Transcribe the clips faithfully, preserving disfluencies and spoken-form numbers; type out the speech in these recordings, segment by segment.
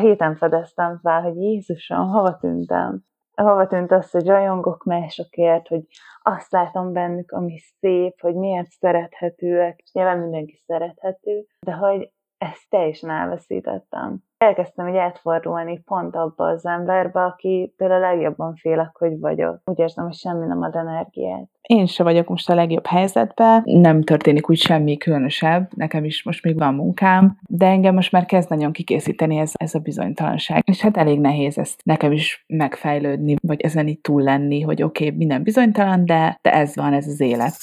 héten fedeztem fel, hogy Jézusom, hova tűntem? Hova tűnt az, hogy rajongok másokért, hogy azt látom bennük, ami szép, hogy miért szerethetőek, és nyilván mindenki szerethető, de hogy ezt teljesen elveszítettem. Elkezdtem így átfordulni pont abba az emberbe, akitől a legjobban félek, hogy vagyok. Úgy érzem, hogy semmi nem ad energiát. Én se vagyok most a legjobb helyzetben, nem történik úgy semmi különösebb, nekem is most még van munkám, de engem most már kezd nagyon kikészíteni ez, ez a bizonytalanság. És hát elég nehéz ezt nekem is megfejlődni, vagy ezen így túl lenni, hogy oké, okay, minden bizonytalan, de, de ez van, ez az élet.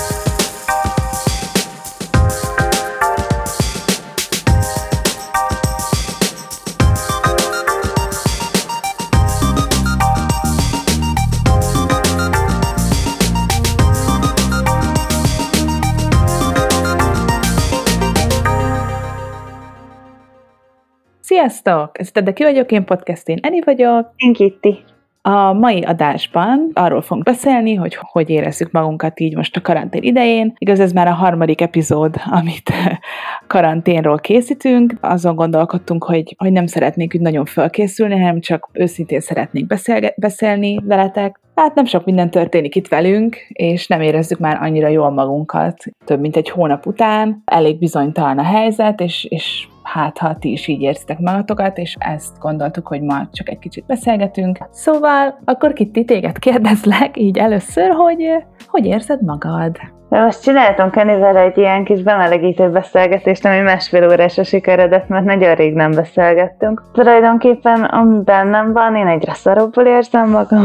Sziasztok! Ez a De Ki vagyok, én podcast, én Eni vagyok. Én Kitti. A mai adásban arról fogunk beszélni, hogy hogy érezzük magunkat így most a karantén idején. Igaz, ez már a harmadik epizód, amit karanténról készítünk. Azon gondolkodtunk, hogy, hogy nem szeretnénk úgy nagyon felkészülni, hanem csak őszintén szeretnénk beszélge- beszélni veletek. Hát nem sok minden történik itt velünk, és nem érezzük már annyira jól magunkat. Több mint egy hónap után elég bizonytalan a helyzet, és, és hát ha ti is így érzitek magatokat, és ezt gondoltuk, hogy ma csak egy kicsit beszélgetünk. Szóval akkor Kitti, téged kérdezlek így először, hogy hogy érzed magad? De most csináltam Kennyvel egy ilyen kis bemelegítő beszélgetést, ami másfél órásra sikeredett, mert nagyon rég nem beszélgettünk. Tulajdonképpen, ami bennem van, én egyre szarabbul érzem magam.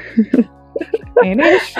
Én is.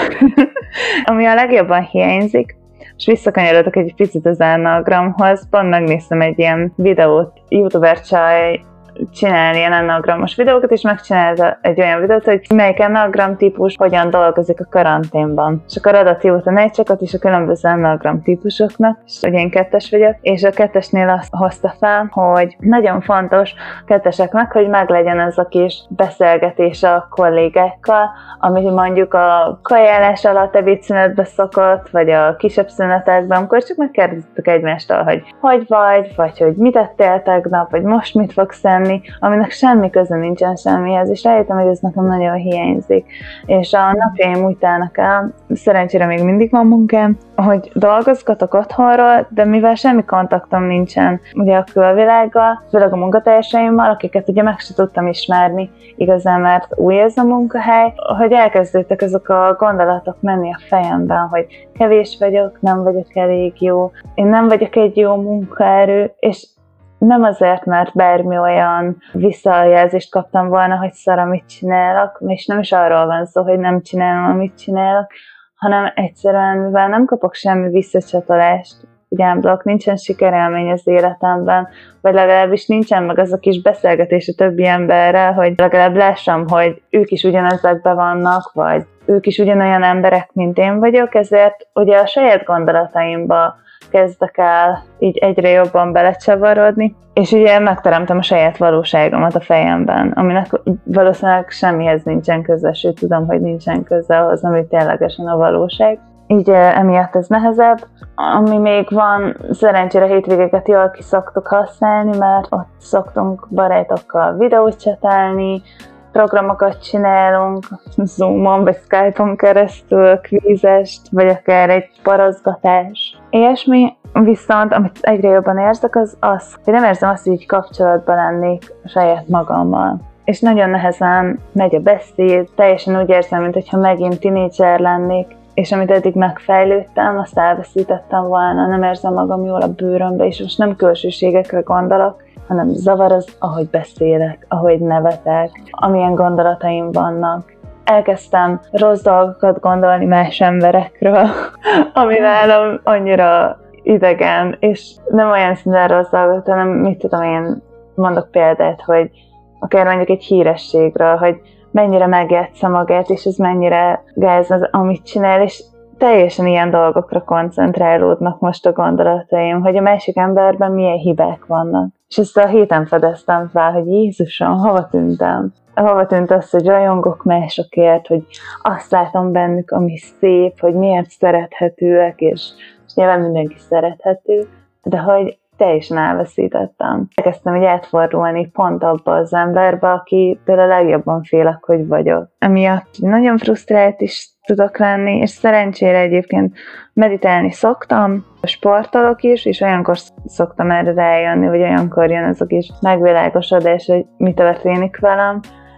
Ami a legjobban hiányzik, és visszakanyarodok egy picit az Annagramhoz, pont megnéztem egy ilyen videót, youtuber csaj csinálni ilyen enneagramos videókat, és megcsinálta egy olyan videót, hogy melyik enneagram típus hogyan dolgozik a karanténban. És akkor adott jót a nejcsakat is a különböző enneagram típusoknak, és ugye én kettes vagyok, és a kettesnél azt hozta fel, hogy nagyon fontos a ketteseknek, hogy meglegyen ez a kis beszélgetés a kollégákkal, amit mondjuk a kajálás alatt ebédszünetbe szokott, vagy a kisebb szünetekben, amikor csak megkérdezzük egymástól, hogy hogy vagy, vagy hogy mit ettél tegnap, vagy most mit fogsz tenni, aminek semmi köze nincsen semmihez, és rájöttem, hogy ez nekem nagyon hiányzik. És a napjaim úgy telnek el, szerencsére még mindig van munkám, hogy dolgozgatok otthonról, de mivel semmi kontaktom nincsen ugye a külvilággal, főleg a munkatársaimmal, akiket ugye meg se tudtam ismerni igazán, mert új ez a munkahely, hogy elkezdődtek ezek a gondolatok menni a fejemben, hogy kevés vagyok, nem vagyok elég jó, én nem vagyok egy jó munkaerő, és nem azért, mert bármi olyan visszajelzést kaptam volna, hogy szar, amit csinálok, és nem is arról van szó, hogy nem csinálom, amit csinálok, hanem egyszerűen, mivel nem kapok semmi visszacsatolást, ugye blokk, nincsen sikerélmény az életemben, vagy legalábbis nincsen meg az a kis beszélgetés a többi emberrel, hogy legalább lássam, hogy ők is ugyanezekben vannak, vagy ők is ugyanolyan emberek, mint én vagyok, ezért ugye a saját gondolataimba kezdek el így egyre jobban belecsavarodni, és ugye megteremtem a saját valóságomat a fejemben, aminek valószínűleg semmihez nincsen köze, sőt tudom, hogy nincsen köze ahhoz, ami ténylegesen a valóság. Így emiatt ez nehezebb. Ami még van, szerencsére hétvégeket jól ki szoktuk használni, mert ott szoktunk barátokkal videót csetálni, programokat csinálunk, Zoomon vagy Skype-on keresztül, kvízest, vagy akár egy paraszgatás. Ilyesmi, viszont amit egyre jobban érzek, az az, hogy nem érzem azt, hogy így kapcsolatban lennék saját magammal. És nagyon nehezen megy a beszéd, teljesen úgy érzem, mintha megint tinédzser lennék, és amit eddig megfejlődtem, azt elveszítettem volna, nem érzem magam jól a bőrömbe, és most nem külsőségekre gondolok, hanem zavar az, ahogy beszélek, ahogy nevetek, amilyen gondolataim vannak. Elkezdtem rossz dolgokat gondolni más emberekről, ami nálam annyira idegen, és nem olyan szinten rossz dolgokat, hanem mit tudom én, mondok példát, hogy akár mondjuk egy hírességről, hogy mennyire megjátsza magát, és ez mennyire gáz az, amit csinál, és teljesen ilyen dolgokra koncentrálódnak most a gondolataim, hogy a másik emberben milyen hibák vannak. És ezt a héten fedeztem fel, hogy Jézusom, hova tűntem? Hova tűnt az, hogy rajongok másokért, hogy azt látom bennük, ami szép, hogy miért szerethetőek, és, és nyilván mindenki szerethető, de hogy teljesen elveszítettem. Elkezdtem így átfordulni pont abba az emberbe, akitől a legjobban félek, hogy vagyok. Emiatt nagyon frusztrált is tudok lenni, és szerencsére egyébként meditálni szoktam, sportolok is, és olyankor szoktam erre rájönni, vagy olyankor jön ez a kis megvilágosodás, hogy mi történik velem,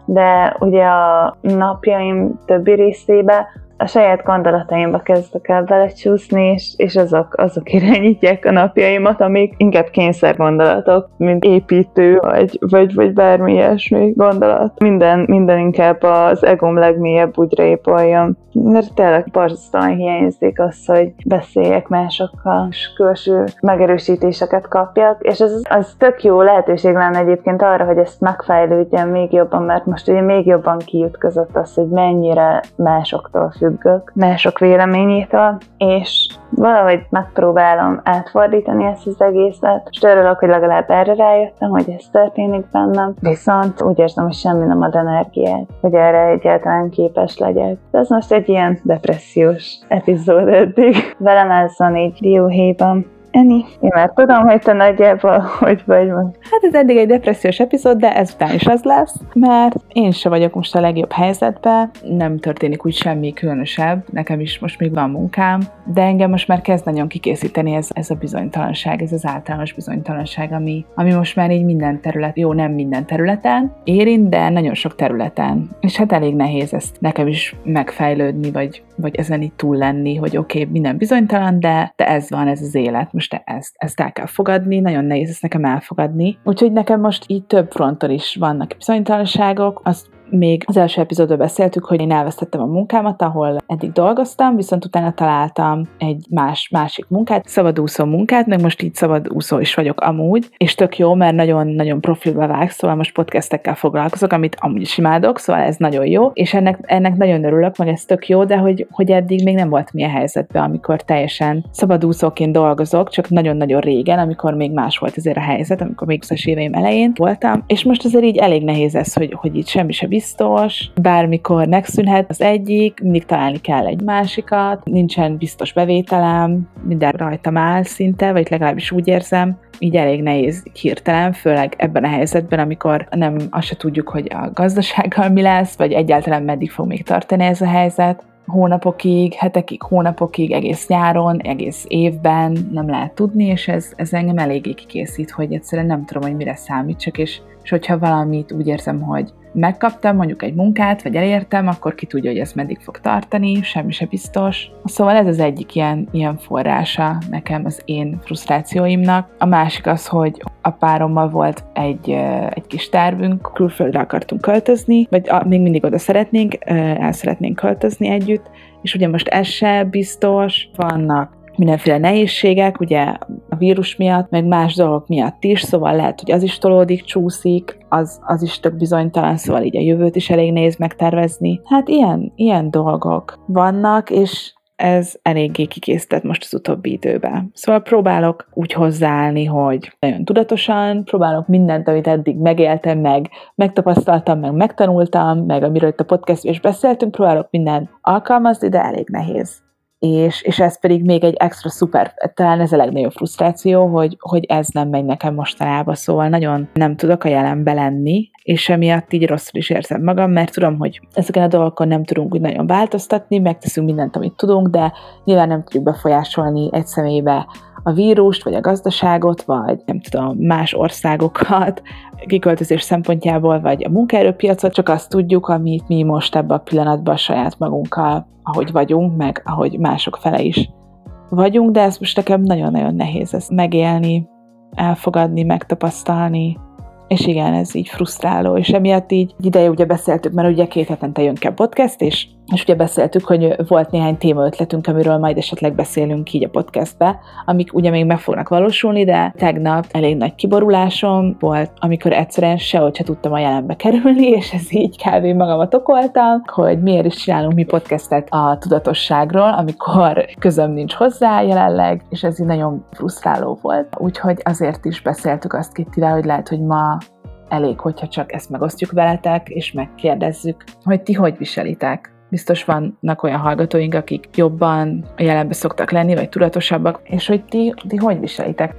de ugye a napjaim többi részébe a saját gondolataimba kezdek el belecsúszni, és, és azok, azok irányítják a napjaimat, amik inkább kényszer gondolatok, mint építő, vagy, vagy, vagy bármi ilyesmi gondolat. Minden, minden inkább az egóm legmélyebb úgyra épüljön. Mert tényleg borzasztóan hiányzik az, hogy beszéljek másokkal, és külső megerősítéseket kapjak, és ez az tök jó lehetőség lenne egyébként arra, hogy ezt megfejlődjön még jobban, mert most ugye még jobban kiütközött az, hogy mennyire másoktól függök, mások véleményétől, és valahogy megpróbálom átfordítani ezt az egészet, és örülök, hogy legalább erre rájöttem, hogy ez történik bennem, viszont úgy érzem, hogy semmi nem ad energiát, hogy erre egyáltalán képes legyek. De ez most egy ilyen depressziós epizód eddig. Velem ez van így dióhéjban. Ennyi. Én már tudom, hogy te nagyjából hogy vagy most. Hát ez eddig egy depressziós epizód, de ezután is az lesz, mert én se vagyok most a legjobb helyzetben, nem történik úgy semmi különösebb, nekem is most még van munkám, de engem most már kezd nagyon kikészíteni ez, ez a bizonytalanság, ez az általános bizonytalanság, ami, ami most már így minden terület, jó, nem minden területen érint, de nagyon sok területen. És hát elég nehéz ezt nekem is megfejlődni, vagy, vagy ezen itt túl lenni, hogy oké, okay, minden bizonytalan, de, de ez van, ez az élet. Most ezt, ezt el kell fogadni, nagyon nehéz ezt nekem elfogadni. Úgyhogy nekem most így több fronton is vannak bizonytalanságok. Azt még az első epizódban beszéltük, hogy én elvesztettem a munkámat, ahol eddig dolgoztam, viszont utána találtam egy más, másik munkát, szabadúszó munkát, meg most így szabadúszó is vagyok amúgy, és tök jó, mert nagyon-nagyon profilba vág, szóval most podcastekkel foglalkozok, amit amúgy is imádok, szóval ez nagyon jó, és ennek, ennek nagyon örülök, meg ez tök jó, de hogy, hogy eddig még nem volt milyen helyzetben, amikor teljesen szabadúszóként dolgozok, csak nagyon-nagyon régen, amikor még más volt azért a helyzet, amikor még huszas éveim elején voltam, és most azért így elég nehéz ez, hogy, hogy itt semmi se biztos, bármikor megszűnhet az egyik, mindig találni kell egy másikat, nincsen biztos bevételem, minden rajtam áll szinte, vagy legalábbis úgy érzem, így elég nehéz hirtelen, főleg ebben a helyzetben, amikor nem azt se tudjuk, hogy a gazdasággal mi lesz, vagy egyáltalán meddig fog még tartani ez a helyzet. Hónapokig, hetekig, hónapokig, egész nyáron, egész évben nem lehet tudni, és ez, ez engem eléggé kikészít, hogy egyszerűen nem tudom, hogy mire számítsak, és, és hogyha valamit úgy érzem, hogy megkaptam mondjuk egy munkát, vagy elértem, akkor ki tudja, hogy ez meddig fog tartani, semmi se biztos. Szóval ez az egyik ilyen, ilyen forrása nekem az én frusztrációimnak. A másik az, hogy a párommal volt egy, egy kis tervünk, külföldre akartunk költözni, vagy a, még mindig oda szeretnénk, el szeretnénk költözni együtt, és ugye most ez se biztos, vannak mindenféle nehézségek, ugye a vírus miatt, meg más dolgok miatt is, szóval lehet, hogy az is tolódik, csúszik, az, az is tök bizonytalan, szóval így a jövőt is elég nehéz megtervezni. Hát ilyen, ilyen dolgok vannak, és ez eléggé kikészített most az utóbbi időben. Szóval próbálok úgy hozzáállni, hogy nagyon tudatosan, próbálok mindent, amit eddig megéltem, meg megtapasztaltam, meg megtanultam, meg amiről itt a podcastban is beszéltünk, próbálok mindent alkalmazni, de elég nehéz. És, és ez pedig még egy extra szuper, talán ez a legnagyobb frusztráció, hogy, hogy ez nem megy nekem mostanában, szóval nagyon nem tudok a jelenbe lenni, és emiatt így rosszul is érzem magam, mert tudom, hogy ezeken a dolgokon nem tudunk úgy nagyon változtatni, megteszünk mindent, amit tudunk, de nyilván nem tudjuk befolyásolni egy személybe a vírust, vagy a gazdaságot, vagy nem tudom, más országokat, kiköltözés szempontjából, vagy a munkaerőpiacot, csak azt tudjuk, amit mi most ebben a pillanatban saját magunkkal, ahogy vagyunk, meg ahogy mások fele is vagyunk, de ez most nekem nagyon-nagyon nehéz ezt megélni, elfogadni, megtapasztalni, és igen, ez így frusztráló, és emiatt így ideje ugye beszéltük, mert ugye két hetente jön ki a podcast, és, és ugye beszéltük, hogy volt néhány témaötletünk, amiről majd esetleg beszélünk így a podcastbe, amik ugye még meg fognak valósulni, de tegnap elég nagy kiborulásom volt, amikor egyszerűen sehogy se tudtam a jelenbe kerülni, és ez így kb. Magamat okoltam, hogy miért is csinálunk mi podcastet a tudatosságról, amikor közöm nincs hozzá jelenleg, és ez így nagyon frusztráló volt. Úgyhogy azért is beszéltük azt Kittivel, hogy lehet, hogy ma elég, hogyha csak ezt megosztjuk veletek, és megkérdezzük, hogy ti hogy viselitek. Biztos vannak olyan hallgatóink, akik jobban a jelenbe szoktak lenni, vagy tudatosabbak, és hogy ti, ti hogy viselitek.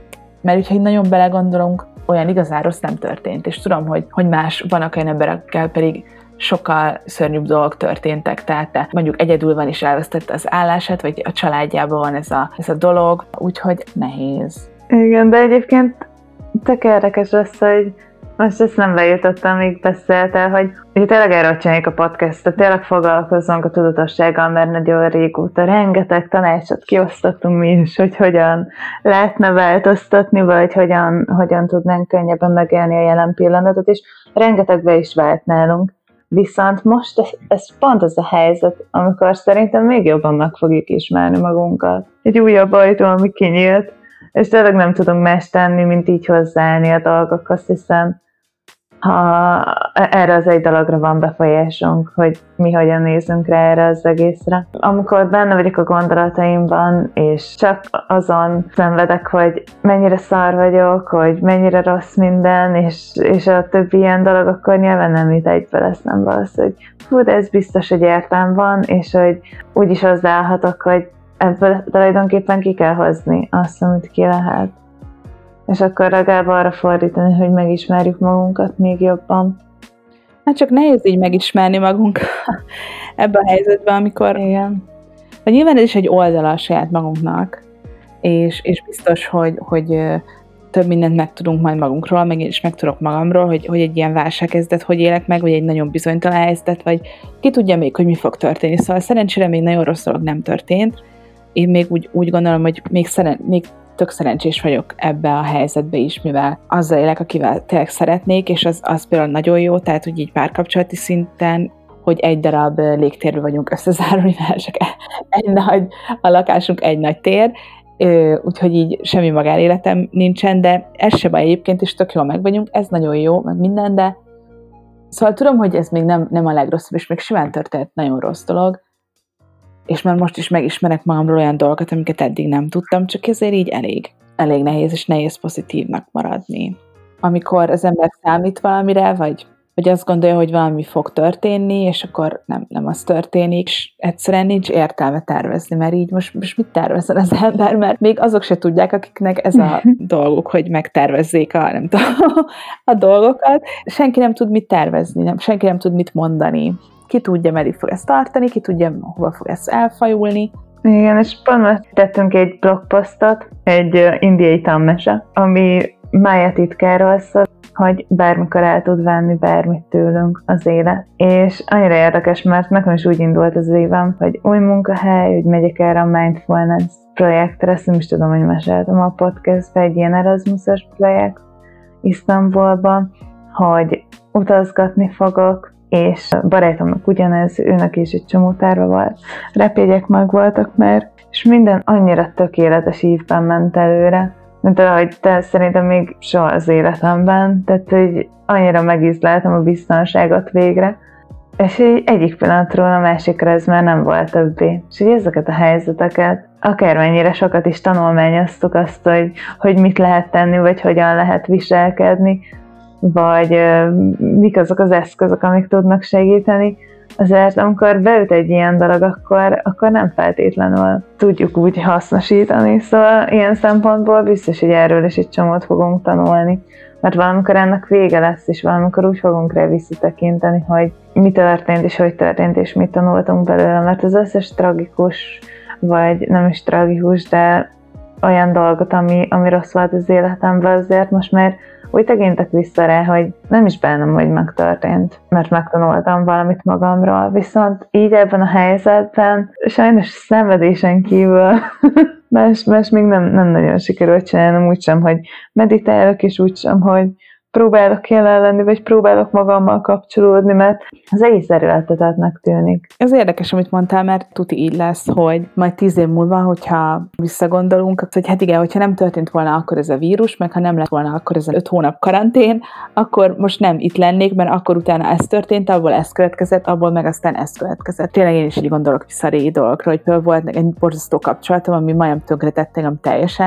Mert hogyha így nagyon belegondolunk, olyan igazán rossz nem történt, és tudom, hogy, hogy más vannak olyan emberekkel, pedig sokkal szörnyűbb dolgok történtek, tehát te mondjuk egyedül van és elvesztette az állását, vagy a családjában van ez a, ez a dolog, úgyhogy nehéz. Igen, de egyébként tök érdekes lesz, hogy most ezt nem bejutottam, még beszéltél, hogy ugye tényleg erről csináljuk a podcastot, tényleg foglalkozzunk a tudatossággal, mert nagyon régóta rengeteg tanácsot kiosztottunk mi is, hogy hogyan lehetne változtatni, vagy hogyan, hogyan tudnánk könnyebben megélni a jelen pillanatot, és rengeteg be is vált nálunk. Viszont most ez, ez pont az a helyzet, amikor szerintem még jobban meg fogjuk ismerni magunkat. Egy újabb ajtó, ami kinyílt, és tényleg nem tudunk más tenni, mint így hozzáállni a dolgokhoz, hiszen ha erre az egy dologra van befolyásunk, hogy mi hogyan nézünk rá erre az egészre. Amikor benne vagyok a gondolataimban, és csak azon szenvedek, hogy mennyire szar vagyok, hogy mennyire rossz minden, és, és a többi ilyen dolog, akkor nyilván nem jut egyből eszembe az, hogy hú, de ez biztos, hogy értelm van, és hogy úgyis hozzáállhatok, hogy ebből tulajdonképpen ki kell hozni azt, amit ki lehet. És akkor legalább arra fordítani, hogy megismerjük magunkat még jobban. Hát csak nehéz így megismerni magunk ebben a helyzetben, amikor... Igen. Vagy nyilván ez is egy oldala a saját magunknak, és, és biztos, hogy, hogy több mindent megtudunk majd magunkról, meg én is megtudok magamról, hogy, hogy egy ilyen válságkezdet hogy élek meg, vagy egy nagyon bizonytalan helyzet, vagy ki tudja még, hogy mi fog történni. Szóval szerencsére még nagyon rossz dolog nem történt. Én még úgy, úgy gondolom, hogy még, szeren, még tök szerencsés vagyok ebbe a helyzetbe is, mivel azzal élek, akivel tényleg szeretnék, és az, az például nagyon jó, tehát hogy így párkapcsolati szinten, hogy egy darab légtérben vagyunk összezárva, mivel csak egy nagy, a lakásunk egy nagy tér, úgyhogy így semmi magánéletem nincsen, de ez se baj egyébként, és tök jól meg vagyunk, ez nagyon jó, meg minden, de szóval tudom, hogy ez még nem, nem a legrosszabb, és még simán történt nagyon rossz dolog, és már most is megismerek magamról olyan dolgokat, amiket eddig nem tudtam, csak ezért így elég, elég nehéz, és nehéz pozitívnak maradni. Amikor az ember számít valamire, vagy, vagy azt gondolja, hogy valami fog történni, és akkor nem, nem az történik, és egyszerűen nincs értelme tervezni, mert így most, most mit tervezzen az ember, mert még azok se tudják, akiknek ez a dolguk, hogy megtervezzék a, nem tudom, a dolgokat. Senki nem tud mit tervezni, nem, senki nem tud mit mondani. Ki tudja, meddig fog ezt tartani, ki tudja, hova fog ezt elfajulni. Igen, és pont tettünk egy blogposztot, egy indiai tanmese, ami Mája titkáról szól, hogy bármikor el tud venni bármit tőlünk az élet. És annyira érdekes, mert nekem is úgy indult az évem, hogy új munkahely, hogy megyek erre a Mindfulness projektre, ezt nem is tudom, hogy meséltem a podcastben, egy ilyen Erasmusos projekt Isztambulban, hogy utazgatni fogok, és barátomnak ugyanez, őnek is egy csomó terve volt. Repjegyek meg voltak már, és minden annyira tökéletes ívben ment előre, mint ahogy te szerintem még soha az életemben, tehát hogy annyira megízleltem a biztonságot végre, és egy, egyik pillanatról a másikra ez már nem volt többé. És hogy ezeket a helyzeteket, akármennyire sokat is tanulmányoztuk azt, hogy, hogy mit lehet tenni, vagy hogyan lehet viselkedni, vagy uh, mik azok az eszközök, amik tudnak segíteni, azért amikor beüt egy ilyen dolog, akkor, akkor nem feltétlenül tudjuk úgy hasznosítani. Szóval ilyen szempontból biztos, hogy erről is egy csomót fogunk tanulni. Mert valamikor ennek vége lesz, és valamikor úgy fogunk rá visszatekinteni, hogy mi történt, és hogy történt, és mit tanultunk belőle. Mert az összes tragikus, vagy nem is tragikus, de olyan dolgot, ami, ami rossz volt az életemben, azért most már úgy tekintek vissza rá, hogy nem is bennem, hogy megtörtént, mert megtanultam valamit magamról. Viszont így ebben a helyzetben sajnos szenvedésen kívül más, más még nem, nem nagyon sikerült csinálnom, úgysem, hogy meditálok, és úgysem, hogy próbálok jelen lenni, vagy próbálok magammal kapcsolódni, mert az egész erőltetetnek tűnik. Ez érdekes, amit mondtál, mert tuti így lesz, hogy majd tíz év múlva, hogyha visszagondolunk, hogy hát igen, hogyha nem történt volna akkor ez a vírus, meg ha nem lett volna akkor ez az öt hónap karantén, akkor most nem itt lennék, mert akkor utána ez történt, abból ez következett, abból meg aztán ez következett. Tényleg én is így gondolok vissza a régi dolgokra, hogy például volt egy borzasztó kapcsolatom, ami majdnem tönkretett engem teljesen,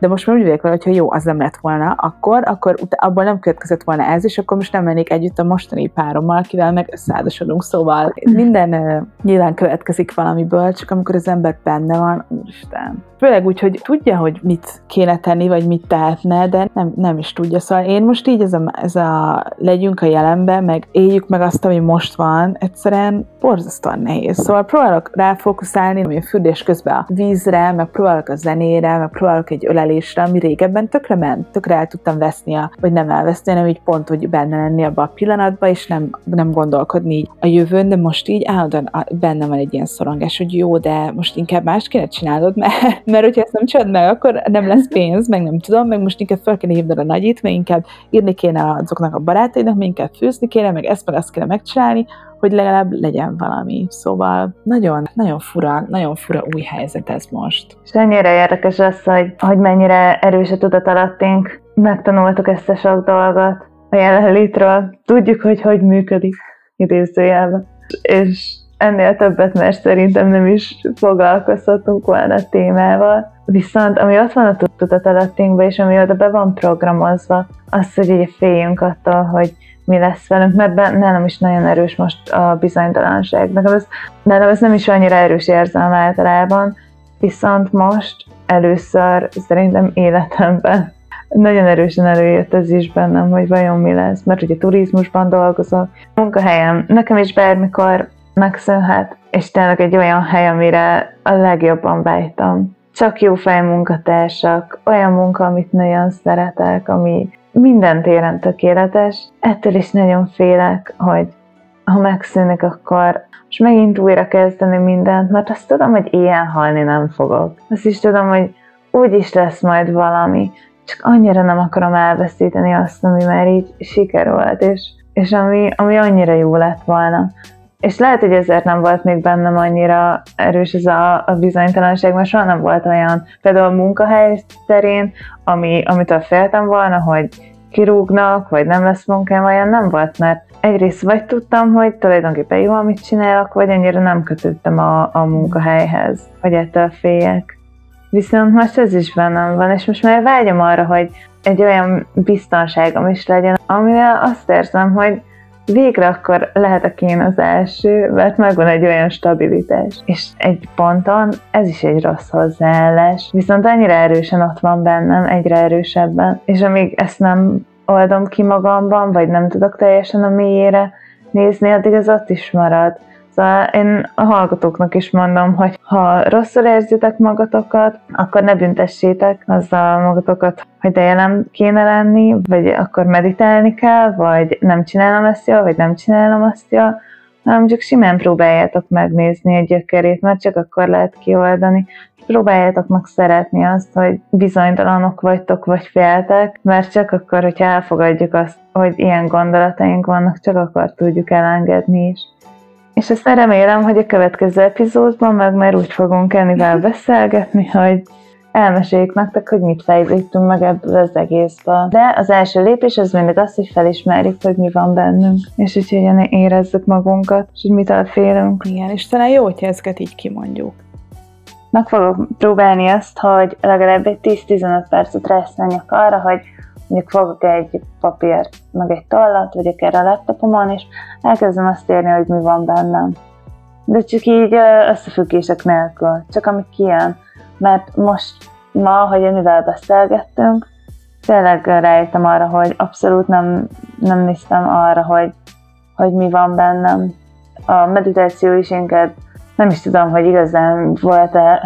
de most már úgy vagyok vele, hogyha jó, az nem lett volna, akkor, akkor abból nem következett volna ez, és akkor most nem mennék együtt a mostani párommal, akivel meg összeházasodunk, szóval minden uh, nyilván következik valamiből, csak amikor az ember benne van, úristen. Főleg úgy, hogy tudja, hogy mit kéne tenni, vagy mit tehetne, de nem, nem is tudja. Szóval én most így ez a, ez a legyünk a jelenben, meg éljük meg azt, ami most van, egyszerűen borzasztóan nehéz. Szóval próbálok ráfókuszálni, ami a fürdés közben a vízre, meg próbálok a zenére, meg próbálok egy ölelésre, ami régebben tökre ment, tökre el tudtam veszni, a, vagy nem elveszni, hanem így pont, hogy benne lenni abban a pillanatban, és nem, nem gondolkodni így a jövőn, de most így állandóan benne van egy ilyen szorongás, hogy jó, de most inkább más kéne csinálod, mert, mert hogyha ezt nem csinálod meg, akkor nem lesz pénz, meg nem tudom, meg most inkább fel kéne hívnod a nagyit, meg inkább írni kéne azoknak a barátaidnak, meg inkább főzni kéne, meg ezt meg azt kéne megcsinálni, hogy legalább legyen valami. Szóval nagyon, nagyon fura, nagyon fura új helyzet ez most. És ennyire érdekes az, hogy, hogy mennyire erős a tudatalattink. Megtanultuk ezt a sok dolgot a jelenlétről. Tudjuk, hogy hogy működik idézőjelben. És ennél többet, mert szerintem nem is foglalkozhatunk volna a témával. Viszont ami ott van a tudatalattinkban, és ami oda be van programozva, az, hogy így féljünk attól, hogy mi lesz velünk, mert nálam is nagyon erős most a bizonytalanság. Nekem ez, nálam ez nem is annyira erős érzem általában, viszont most először szerintem életemben nagyon erősen előjött ez is bennem, hogy vajon mi lesz, mert ugye turizmusban dolgozok, munkahelyem nekem is bármikor megszűnhet, és tényleg egy olyan hely, amire a legjobban vágytam. Csak jó fej munkatársak, olyan munka, amit nagyon szeretek, ami minden téren tökéletes. Ettől is nagyon félek, hogy ha megszűnik, akkor most megint újra kezdeni mindent, mert azt tudom, hogy ilyen halni nem fogok. Azt is tudom, hogy úgyis lesz majd valami, csak annyira nem akarom elveszíteni azt, ami már így sikerült, és, és ami, ami annyira jó lett volna. És lehet, hogy ezért nem volt még bennem annyira erős ez a, a bizonytalanság, mert soha nem volt olyan, például munkahely terén, ami, amitől féltem volna, hogy kirúgnak, vagy nem lesz munkám, olyan nem volt, mert egyrészt vagy tudtam, hogy tulajdonképpen jó, amit csinálok, vagy annyira nem kötöttem a, a munkahelyhez, hogy ettől féljek. Viszont most ez is bennem van, és most már vágyom arra, hogy egy olyan biztonságom is legyen, amivel azt érzem, hogy végre akkor lehetek én az első, mert megvan egy olyan stabilitás. És egy ponton ez is egy rossz hozzáállás, viszont annyira erősen ott van bennem, egyre erősebben, és amíg ezt nem oldom ki magamban, vagy nem tudok teljesen a mélyére nézni, addig ez ott is marad. Szóval én a hallgatóknak is mondom, hogy ha rosszul érzitek magatokat, akkor ne büntessétek azzal magatokat, hogy de jelen kéne lenni, vagy akkor meditálni kell, vagy nem csinálom ezt jól, vagy nem csinálom azt jól, hanem csak simán próbáljátok megnézni a gyökerét, mert csak akkor lehet kioldani. Próbáljátok meg szeretni azt, hogy bizonytalanok vagytok, vagy féltek, mert csak akkor, hogyha elfogadjuk azt, hogy ilyen gondolataink vannak, csak akkor tudjuk elengedni is. És ezt remélem, hogy a következő epizódban meg már úgy fogunk Ennivel beszélgetni, hogy elmeséljük nektek, hogy mit fejlődtünk meg ebből az egészből. De az első lépés az mindig az, hogy felismerjük, hogy mi van bennünk, és hogy hogyan érezzük magunkat, és hogy mitől félünk. Igen, és talán jó, hogyha ezeket így kimondjuk. Meg fogok próbálni azt, hogy legalább egy tíz-tizenöt percet rászálljak arra, hogy mondjuk fogok egy papírt, meg egy tollat, vagy akár a laptopomon, és elkezdem azt írni, hogy mi van bennem. De csak így összefüggések nélkül, csak ami kijön. Mert most ma, hogy amivel beszélgettünk, tényleg rájöttem arra, hogy abszolút nem, nem néztem arra, hogy, hogy mi van bennem. A meditáció is inkább nem is tudom, hogy igazán volt-e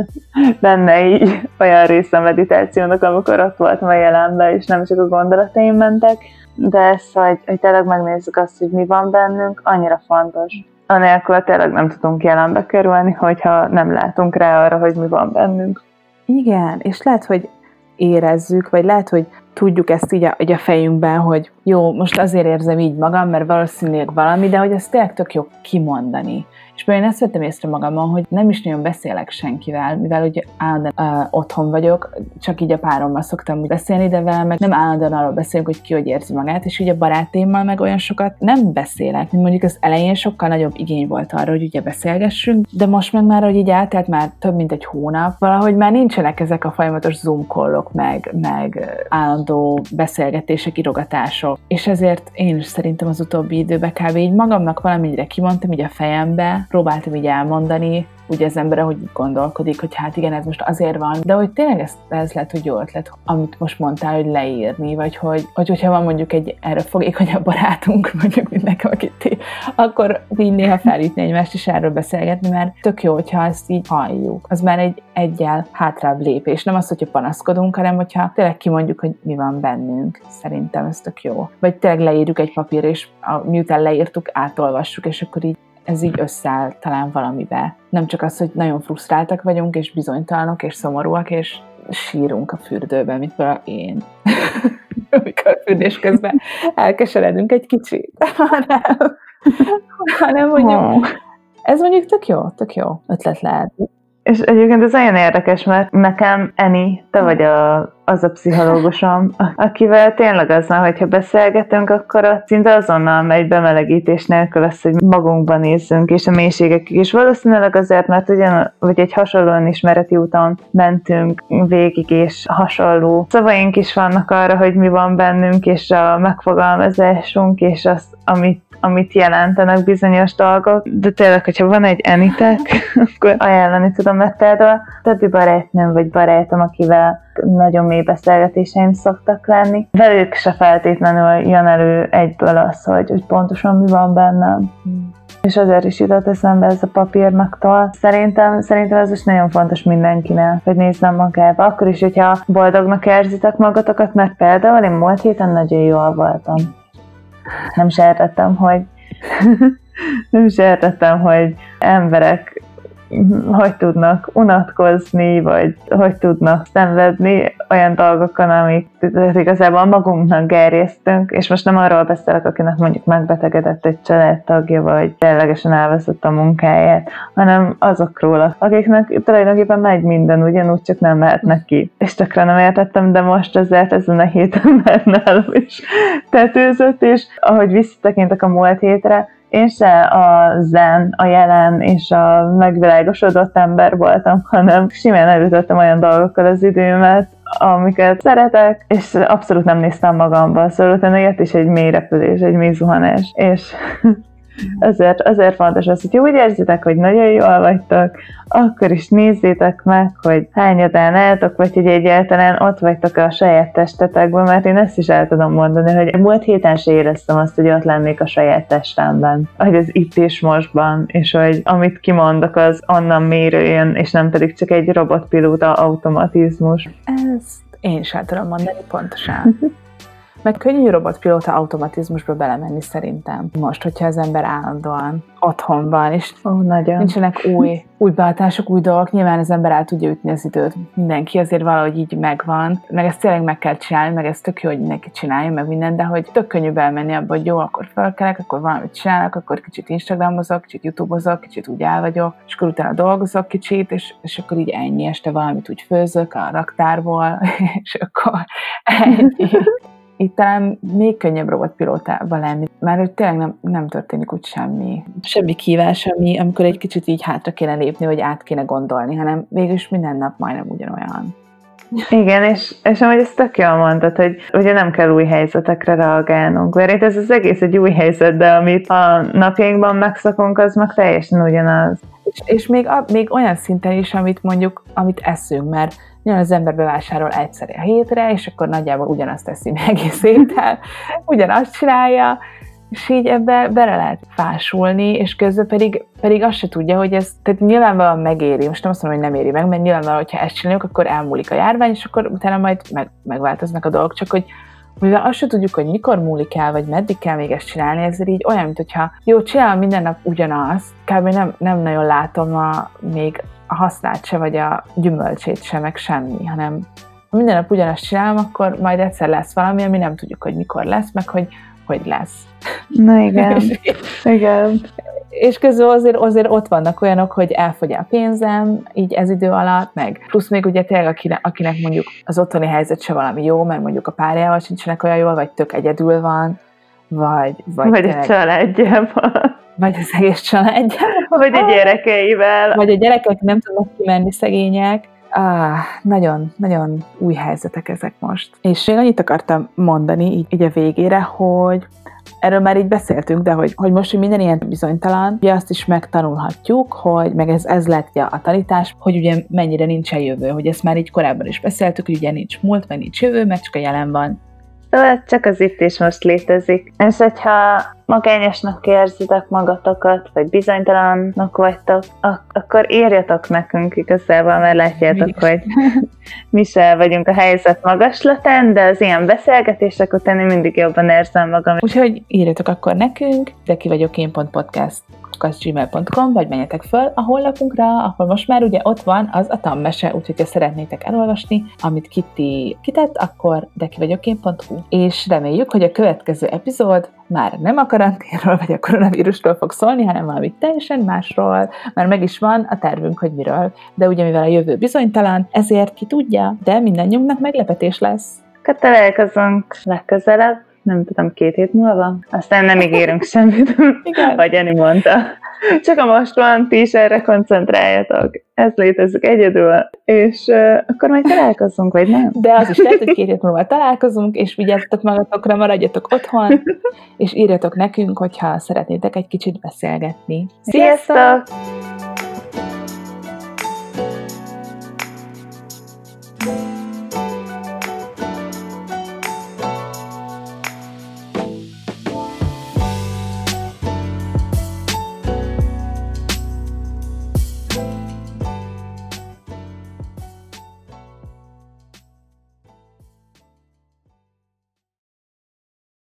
benne így olyan része a meditációnak, amikor ott voltam a jelenben, és nem csak a gondolataim mentek, de ez, hogy, hogy tényleg megnézzük azt, hogy mi van bennünk, annyira fontos. Anélkül tényleg nem tudunk jelenbe kerülni, hogyha nem látunk rá arra, hogy mi van bennünk. Igen, és lehet, hogy érezzük, vagy lehet, hogy tudjuk ezt így a, így a fejünkben, hogy jó, most azért érzem így magam, mert valószínűleg valami, de hogy ezt tényleg tök jó kimondani. És például én ezt vettem észre magamon, hogy nem is nagyon beszélek senkivel, mivel ugye állandóan uh, otthon vagyok, csak így a párommal szoktam úgy beszélni, de vele meg nem állandóan arról beszélünk, hogy ki hogy érzi magát, és ugye a barátaimmal meg olyan sokat nem beszélek, mint mondjuk az elején sokkal nagyobb igény volt arra, hogy ugye beszélgessünk, de most meg már, hogy így eltelt már több mint egy hónap, valahogy már nincsenek ezek a folyamatos Zoom callok, meg, meg állandó beszélgetések, írogatások. És ezért én is szerintem az utóbbi időben kb. Így magamnak valamire kimondtam így a fejembe, próbáltam így elmondani, ugye az ember, ahogy gondolkodik, hogy hát igen, ez most azért van, de hogy tényleg ez, ez lehet, hogy jó ötlet, amit most mondtál, hogy leírni, vagy hogy, hogy hogyha van mondjuk egy erre fogékonyabb barátunk, mondjuk, mint nekem, akit akkor így néha felütni egymást is erről beszélgetni, mert tök jó, hogyha ezt így halljuk. Az már egy egyel hátrább lépés. Nem az, hogyha panaszkodunk, hanem hogyha tényleg kimondjuk, hogy mi van bennünk. Szerintem ez tök jó. Vagy tényleg leírjuk egy papírra, és a, miután leírtuk, átolvassuk, és akkor így ez így összeáll talán valamibe. Nem csak az, hogy nagyon frusztráltak vagyunk, és bizonytalanok, és szomorúak, és sírunk a fürdőben, mint például én. Amikor fürdés közben elkeseredünk egy kicsit. hanem, hanem mondjuk, ez mondjuk tök jó, tök jó ötlet lehet. És egyébként ez olyan érdekes, mert nekem, Eni, te vagy a, az a pszichológusom, akivel tényleg az van, hogyha beszélgetünk, akkor ott szinte azonnal megy bemelegítés nélkül az, hogy magunkban nézzünk, és a mélységekig. És valószínűleg azért, mert ugyan, vagy egy hasonlóan ismereti úton mentünk végig, és hasonló szavaink is vannak arra, hogy mi van bennünk, és a megfogalmazásunk, és az, amit amit jelentenek bizonyos dolgok, de tényleg, hogyha van egy Enitek, akkor ajánlani tudom, mert például többi barátnőm vagy barátom, akivel nagyon mély beszélgetéseim szoktak lenni, velük se feltétlenül jön elő egyből az, hogy, hogy pontosan mi van bennem. Hmm. És azért is jutott eszembe ez a papírnaktól. Szerintem, szerintem ez is nagyon fontos mindenkinek, hogy nézzem magába. Akkor is, hogyha boldognak érzitek magatokat, mert például én múlt héten nagyon jól voltam. Nem sejtettem, hogy nem sejtettem, hogy emberek hogy tudnak unatkozni, vagy hogy tudnak szenvedni olyan dolgokon, amik igazából magunknak gerjesztünk, és most nem arról beszélek, akinek mondjuk megbetegedett egy családtagja, vagy ténylegesen elveszett a munkáját, hanem azokról, akiknek tulajdonképpen megy minden, ugyanúgy csak nem mehetnek ki. És tökre nem értettem, de most azért ezen a héten már nálam is tetőzött, és ahogy visszatekintek a múlt hétre, én se a zen, a jelen és a megvilágosodott ember voltam, hanem simán elütöttem olyan dolgokkal az időmet, amiket szeretek, és abszolút nem néztem magamba, szóval utána jött is egy mély repülés, egy mély zuhanás, és Azért, azért fontos az, hogy úgy érzitek, hogy nagyon jól vagytok, akkor is nézzétek meg, hogy hányadán álltok, vagy hogy egyáltalán ott vagytok a saját testetekben, mert én ezt is el tudom mondani, hogy múlt héten se éreztem azt, hogy ott lennék a saját testemben, hogy az itt és mostban, és hogy amit kimondok, az onnan mérőjön, és nem pedig csak egy robotpilóta automatizmus. Ezt én is el tudom mondani pontosan. Meg könnyű robotpilóta automatizmusba belemenni szerintem. Most, hogyha az ember állandóan otthon van, és oh, nagyon. nincsenek új, új behatások, új dolgok, nyilván az ember el tudja ütni az időt. Mindenki azért valahogy így megvan, meg ezt tényleg meg kell csinálni, meg ez tök jó, hogy mindenki csinálja, meg minden, de hogy tök könnyű belemenni abba, hogy jó, akkor felkelek, akkor valamit csinálok, akkor kicsit Instagramozok, kicsit YouTubeozok, kicsit úgy el vagyok, és akkor utána dolgozok kicsit, és, és akkor így ennyi, este valamit úgy főzök a raktárból, és akkor ennyi. Itt talán még könnyebb robotpilótában lenni, mert hogy tényleg nem, nem történik úgy semmi. Semmi kívás, ami, amikor egy kicsit így hátra kéne lépni, vagy át kéne gondolni, hanem végülis minden nap majdnem ugyanolyan. Igen, és, és amúgy ezt tök jól mondtad, hogy ugye nem kell új helyzetekre reagálnunk, mert itt ez az egész egy új helyzet, de amit a napjainkban megszokunk, az meg teljesen ugyanaz. És, és még, a, még olyan szinten is, amit mondjuk, amit eszünk, mert nyilván az ember bevásárol egyszer a hétre, és akkor nagyjából ugyanazt teszi meg egész héten, ugyanazt csinálja, és így ebbe bele lehet fásulni, és közben pedig, pedig azt se tudja, hogy ez, tehát nyilvánvalóan megéri, most nem azt mondom, hogy nem éri meg, mert nyilvánvalóan, hogyha ezt csináljuk, akkor elmúlik a járvány, és akkor utána majd meg, megváltoznak a dolgok, csak hogy mivel azt se tudjuk, hogy mikor múlik el, vagy meddig kell még ezt csinálni, ezért így olyan, mint hogyha jó, csinálom minden nap ugyanazt, kb. nem, nem nagyon látom a, még a hasznát se, vagy a gyümölcsét se, meg semmi, hanem, minden nap ugyanazt csinálom, akkor majd egyszer lesz valami, ami nem tudjuk, hogy mikor lesz, meg hogy hogy lesz. Na igen, igen. És közül azért, azért ott vannak olyanok, hogy elfogy a pénzem így ez idő alatt, meg plusz még ugye tényleg akinek, akinek mondjuk az otthoni helyzet se valami jó, mert mondjuk a párjával sincsenek olyan jól, vagy tök egyedül van, vagy... Vagy, vagy tényleg, a családjával. Vagy az egész családjával. Vagy a gyerekeivel. Vagy a gyerekek nem tudnak kimenni, szegények. Ah, nagyon, nagyon új helyzetek ezek most. És még annyit akartam mondani így, így a végére, hogy erről már így beszéltünk, de hogy, hogy most, hogy minden ilyen bizonytalan, ugye azt is megtanulhatjuk, hogy meg ez, ez lett a tanítás, hogy ugye mennyire nincsen jövő, hogy ezt már így korábban is beszéltük, hogy ugye nincs múlt, meg nincs jövő, mert csak a jelen van. Szóval csak az itt is most létezik. És hogyha magányosnak érzitek magatokat, vagy bizonytalanok vagytok, ak- akkor írjatok nekünk igazából, mert látjátok, hogy mi se vagyunk a helyzet magaslatán, de az ilyen beszélgetések után én mindig jobban érzem magam. Úgyhogy írjatok akkor nekünk, de ki vagyok én pont podcast gmail pont com, vagy menjetek föl a honlapunkra, ahol most már ugye ott van az a tanmese, úgyhogy ha szeretnétek elolvasni, amit Kitty kitett, akkor de ki vagyok én pont hu. És reméljük, hogy a következő epizód már nem a karanténról vagy a koronavírusról fog szólni, hanem valami teljesen másról, mert meg is van a tervünk, hogy miről. De ugye mivel a jövő bizonytalan, ezért ki tudja, de mindannyiunknak meglepetés lesz. Akkor találkozunk legközelebb. Nem tudom, két hét múlva. Aztán nem ígérünk semmit, ahogy Ani mondta. Csak a most van, ti is erre koncentráljatok. Ez létezik egyedül, és uh, akkor majd találkozunk, vagy nem? De az is lehet, hogy két hét múlva találkozunk, és vigyázzatok magatokra, maradjatok otthon, és írjatok nekünk, hogyha szeretnétek egy kicsit beszélgetni. Sziasztok! Sziasztok!